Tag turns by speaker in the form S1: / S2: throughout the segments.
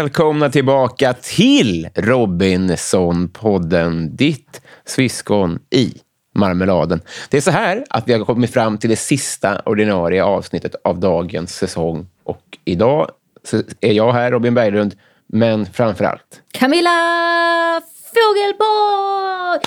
S1: välkomna tillbaka till Robinson-podden, ditt sviskon i marmeladen. Det är så här att vi har kommit fram till det sista ordinarie avsnittet av dagens säsong. Och idag så är jag här, Robin Berglund, men framförallt
S2: Camilla Fågelborg!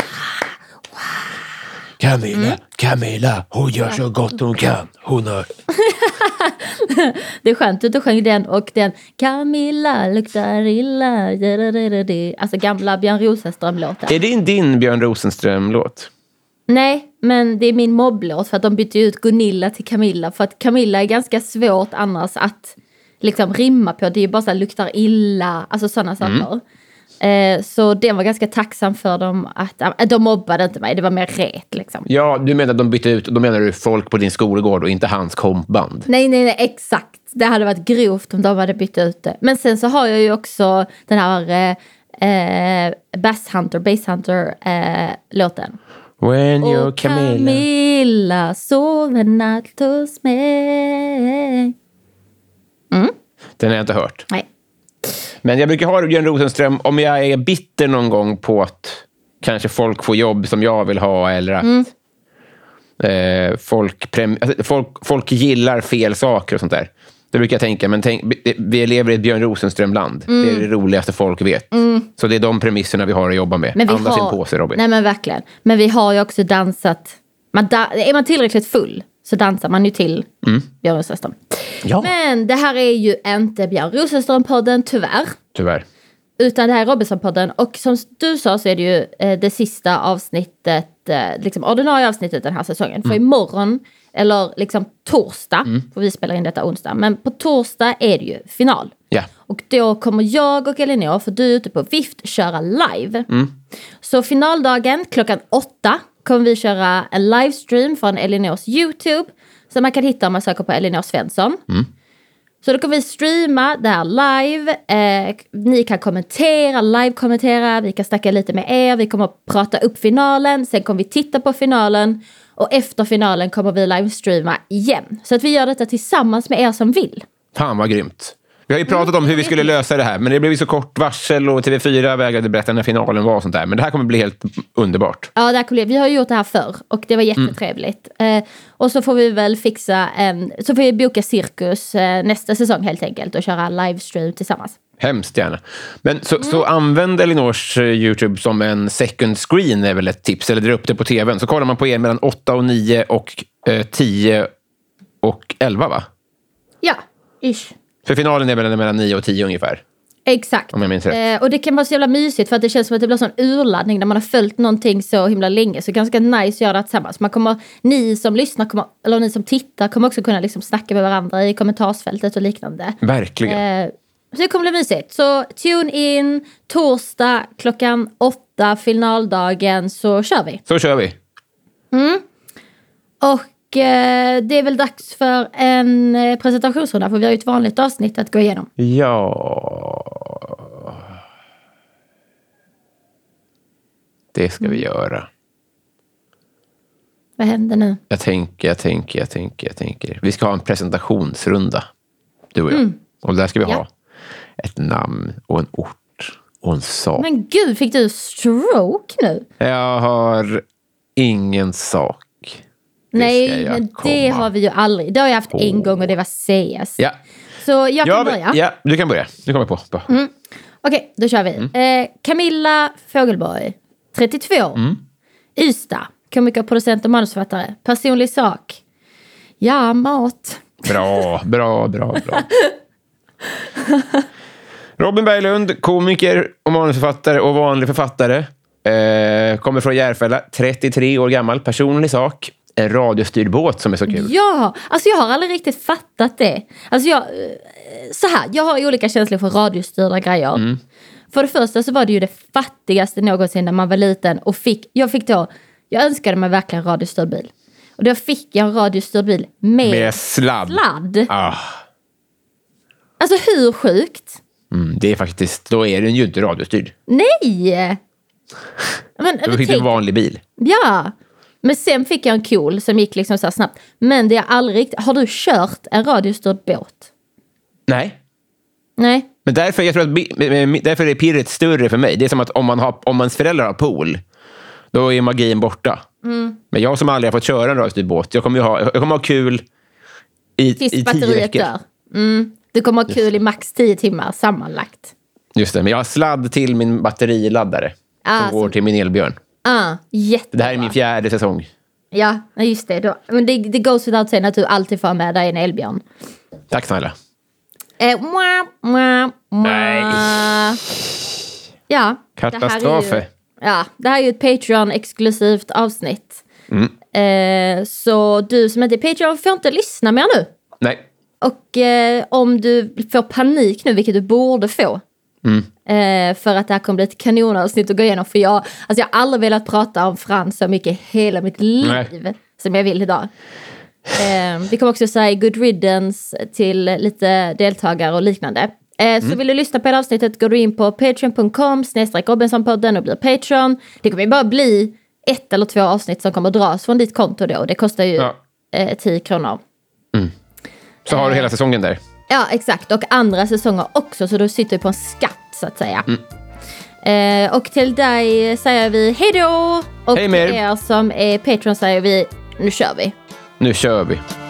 S1: Camilla, hon gör så gott hon kan. Hon har...
S2: Det är skönt att du sjöng den och den. Camilla luktar illa. Alltså gamla Björn Rosenström-låten.
S1: Är det din Björn Rosenström-låt?
S2: Nej, men det är min mobblåt för att de bytte ut Gunilla till Camilla. För att Camilla är ganska svårt annars att liksom rimma på. Det är ju bara så här, luktar illa. Alltså sådana saker. Så det var ganska tacksam för dem att de mobbade inte mig, det var mer ret liksom.
S1: Ja, du menar att de bytte ut, då menar du folk på din skolgård och inte hans kompband.
S2: Nej, exakt. Det hade varit grovt om de hade bytt ut det. Men sen så har jag ju också den här Bass Hunter låten.
S1: When you're
S2: Camilla sover natt hos mig.
S1: Den har jag inte hört.
S2: Nej.
S1: Men jag brukar ha Björn Rosenström om jag är bitter någon gång på att kanske folk får jobb som jag vill ha eller att folk gillar fel saker och sånt där. Det brukar jag tänka, men vi lever i ett Björn Rosenström-land. Det är det roligaste folk vet. Så det är de premisserna vi har att jobba med.
S2: Men
S1: Andas in på sig, Robin.
S2: Nej men verkligen. Men vi har ju också dansat. Är man tillräckligt full så dansar man ju till Björn Rosenström.
S1: Ja.
S2: Men det här är ju inte Björn Rosenström-podden, tyvärr. Utan det här är Robinson-podden. Och som du sa så är det ju det sista avsnittet, liksom ordinarie avsnittet den här säsongen. För imorgon, eller liksom torsdag, för vi spelar in detta onsdag. Men på torsdag är det ju final.
S1: Ja.
S2: Och då kommer jag och Elinor, för du är ute på Vift, köra live. Så finaldagen klockan 8 kommer vi köra en livestream från Elinors YouTube. Som man kan hitta om man söker på Elinor Svensson. Så då kommer vi streama det här live. Ni kan live-kommentera. Vi kan snacka lite med er. Vi kommer att prata upp finalen. Sen kommer vi titta på finalen. Och efter finalen kommer vi livestreama igen. Så att vi gör detta tillsammans med er som vill.
S1: Fan vad grymt. Vi har ju pratat om hur vi skulle lösa det här. Men det blev ju så kort varsel och TV4 vägrade berätta när finalen var och sånt där. Men det här kommer bli helt underbart.
S2: Ja, det här kommer bli. Vi har ju gjort det här förr. Och det var jättetrevligt. Och så får vi väl så får vi boka cirkus nästa säsong helt enkelt. Och köra livestream tillsammans.
S1: Hemskt gärna. Men så använd Elinors YouTube som en second screen är väl ett tips. Eller dra upp det på tvn. Så kollar man på er mellan 8 och 9 och 10 och 11 va?
S2: Ja, ish.
S1: För finalen är väl mellan 9 och 10 ungefär.
S2: Exakt.
S1: Om jag minns rätt.
S2: Och det kan vara så jävla mysigt för att det känns som att det blir sån urladdning när man har följt någonting så himla länge. Så ganska nice att göra det tillsammans. Ni som lyssnar eller ni som tittar kommer också kunna liksom snacka med varandra i kommentarsfältet och liknande.
S1: Verkligen.
S2: Så det kommer bli mysigt. Så tune in torsdag klockan 8 finaldagen så kör vi.
S1: Så kör vi.
S2: Och det är väl dags för en presentationsrunda för vi har ju ett vanligt avsnitt att gå igenom.
S1: Ja. Det ska vi göra.
S2: Vad händer nu?
S1: Jag tänker. Vi ska ha en presentationsrunda. Du och jag. Och där ska vi ha ett namn och en ort och en sak.
S2: Men gud, fick du stroke nu?
S1: Jag har ingen sak.
S2: Nej, men det har vi ju aldrig. Det har jag haft en gång och det var CS.
S1: Ja.
S2: Så jag kan börja.
S1: Ja, du kan börja. Du kommer på.
S2: Okej, då kör vi. Camilla Fågelborg, 32. Ystad, komiker, producent och manusförfattare. Personlig sak. Ja, mat.
S1: Bra. Robin Berglund, komiker och manusförfattare och vanlig författare. Kommer från Järfälla, 33 år gammal. Personlig sak. En radiostyrd båt som är så kul.
S2: Ja, alltså jag har aldrig riktigt fattat det. Alltså jag har olika känslor för radiostyrda grejer. För det första så var det ju det fattigaste någonsin när man var liten. Och jag önskade mig verkligen en radiostyrd bil. Och då fick jag en radiostyrd bil med sladd. Alltså hur sjukt?
S1: Det är faktiskt, då är den ju inte radiostyrd.
S2: Nej!
S1: Du fick en vanlig bil.
S2: Ja, men sen fick jag en cool som gick liksom så här snabbt. Men det är aldrig riktigt. Har du kört en radiostyrd båt?
S1: Nej.
S2: Nej,
S1: Men därför, jag tror att därför är pirret större för mig. Det är som att om ens föräldrar har pool, då är magin borta. Men jag som aldrig har fått köra en rörstyrd båt, jag kommer ha kul i 10 veckor.
S2: Du kommer ha kul i max 10 timmar sammanlagt.
S1: Just det, men jag har sladd till min batteriladdare som går till min elbjörn.
S2: Jättebra.
S1: Det här är min 4:e säsong.
S2: Ja, just det. Men det goes without saying att du alltid får med dig en elbjörn.
S1: Tack snälla.
S2: Nej. Ja.
S1: Katastrofe.
S2: Det här är ju ett Patreon-exklusivt avsnitt. Så du som inte är Patreon får inte lyssna mer nu.
S1: Nej.
S2: Och om du får panik nu, vilket du borde få. För att det här kommer bli ett kanonavsnitt att gå igenom. För jag har aldrig velat prata om Frans så mycket hela mitt liv som jag vill idag. Vi kommer också säga good riddance till lite deltagare och liknande. Så vill du lyssna på det avsnittet, går du in på patreon.com/Robinsonpodden och blir Patreon. Det kommer ju bara bli 1 eller 2 avsnitt som kommer dras från ditt konto då. Det kostar ju 10 kronor.
S1: Så har du hela säsongen där.
S2: Ja, exakt. Och andra säsonger också. Så du sitter på en skatt, så att säga. Och till dig säger vi hej då. Och till er som är Patreon säger vi nu kör vi.
S1: Nu kör vi.